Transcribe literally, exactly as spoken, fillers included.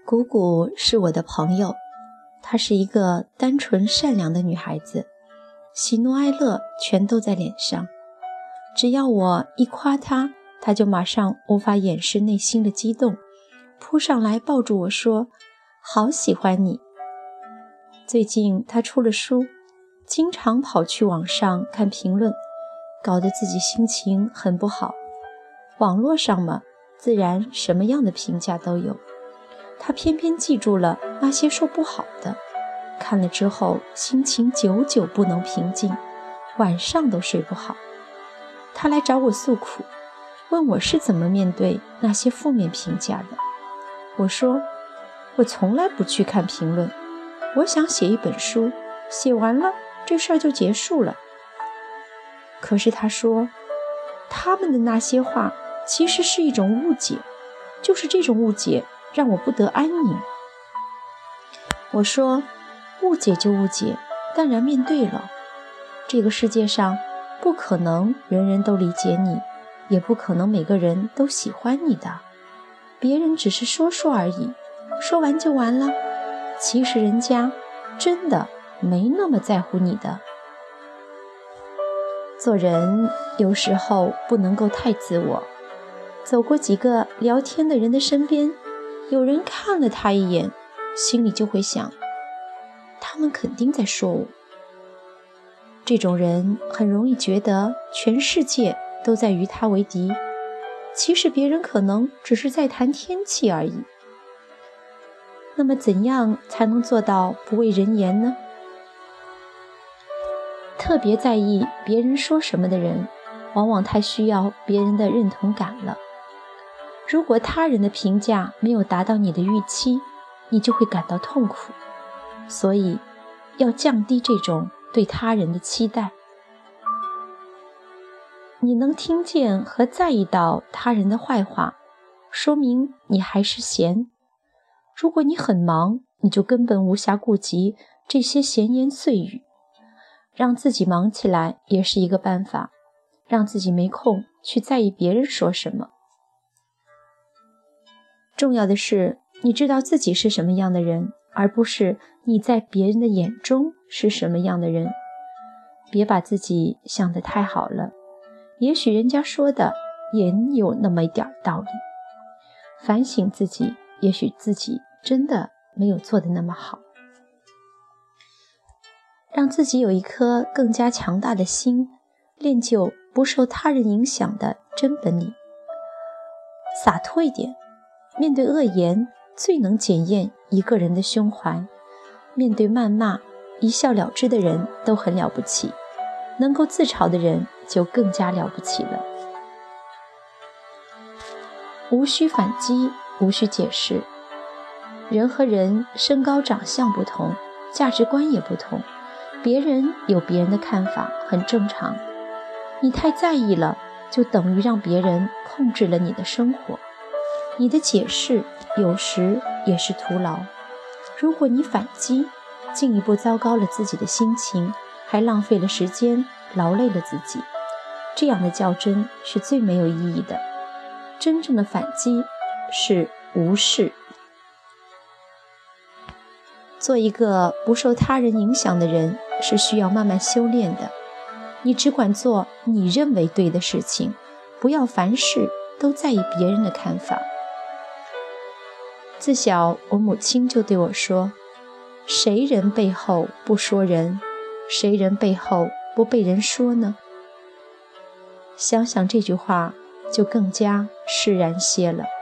谷谷是我的朋友，她是一个单纯善良的女孩子，喜怒哀乐全都在脸上。只要我一夸她，她就马上无法掩饰内心的激动，扑上来抱住我说：好喜欢你。最近她出了书，经常跑去网上看评论，搞得自己心情很不好。网络上嘛，自然什么样的评价都有，他偏偏记住了那些说不好的，看了之后心情久久不能平静，晚上都睡不好。他来找我诉苦，问我是怎么面对那些负面评价的。我说，我从来不去看评论，我想写一本书，写完了这事儿就结束了。可是他说，他们的那些话其实是一种误解，就是这种误解让我不得安宁。我说，误解就误解，淡然面对了。这个世界上不可能人人都理解你，也不可能每个人都喜欢你的。别人只是说说而已，说完就完了。其实人家真的没那么在乎你的。做人有时候不能够太自我。走过几个聊天的人的身边，有人看了他一眼，心里就会想，他们肯定在说我。这种人很容易觉得全世界都在与他为敌，其实别人可能只是在谈天气而已。那么怎样才能做到不畏人言呢？特别在意别人说什么的人，往往太需要别人的认同感了。如果他人的评价没有达到你的预期，你就会感到痛苦。所以要降低这种对他人的期待。你能听见和在意到他人的坏话，说明你还是闲。如果你很忙，你就根本无暇顾及这些闲言碎语。让自己忙起来也是一个办法，让自己没空去在意别人说什么。重要的是你知道自己是什么样的人，而不是你在别人的眼中是什么样的人。别把自己想得太好了，也许人家说的也有那么一点道理。反省自己，也许自己真的没有做得那么好。让自己有一颗更加强大的心，练就不受他人影响的真本领。洒脱一点，面对恶言最能检验一个人的胸怀。面对谩骂，一笑了之的人都很了不起，能够自嘲的人就更加了不起了。无需反击，无需解释。人和人身高长相不同，价值观也不同，别人有别人的看法，很正常。你太在意了，就等于让别人控制了你的生活。你的解释有时也是徒劳。如果你反击，进一步糟糕了自己的心情，还浪费了时间，劳累了自己。这样的较真是最没有意义的。真正的反击是无视。做一个不受他人影响的人，是需要慢慢修炼的。你只管做你认为对的事情，不要凡事都在意别人的看法。自小我母亲就对我说，谁人背后不说人，谁人背后不被人说呢？想想这句话就更加释然些了。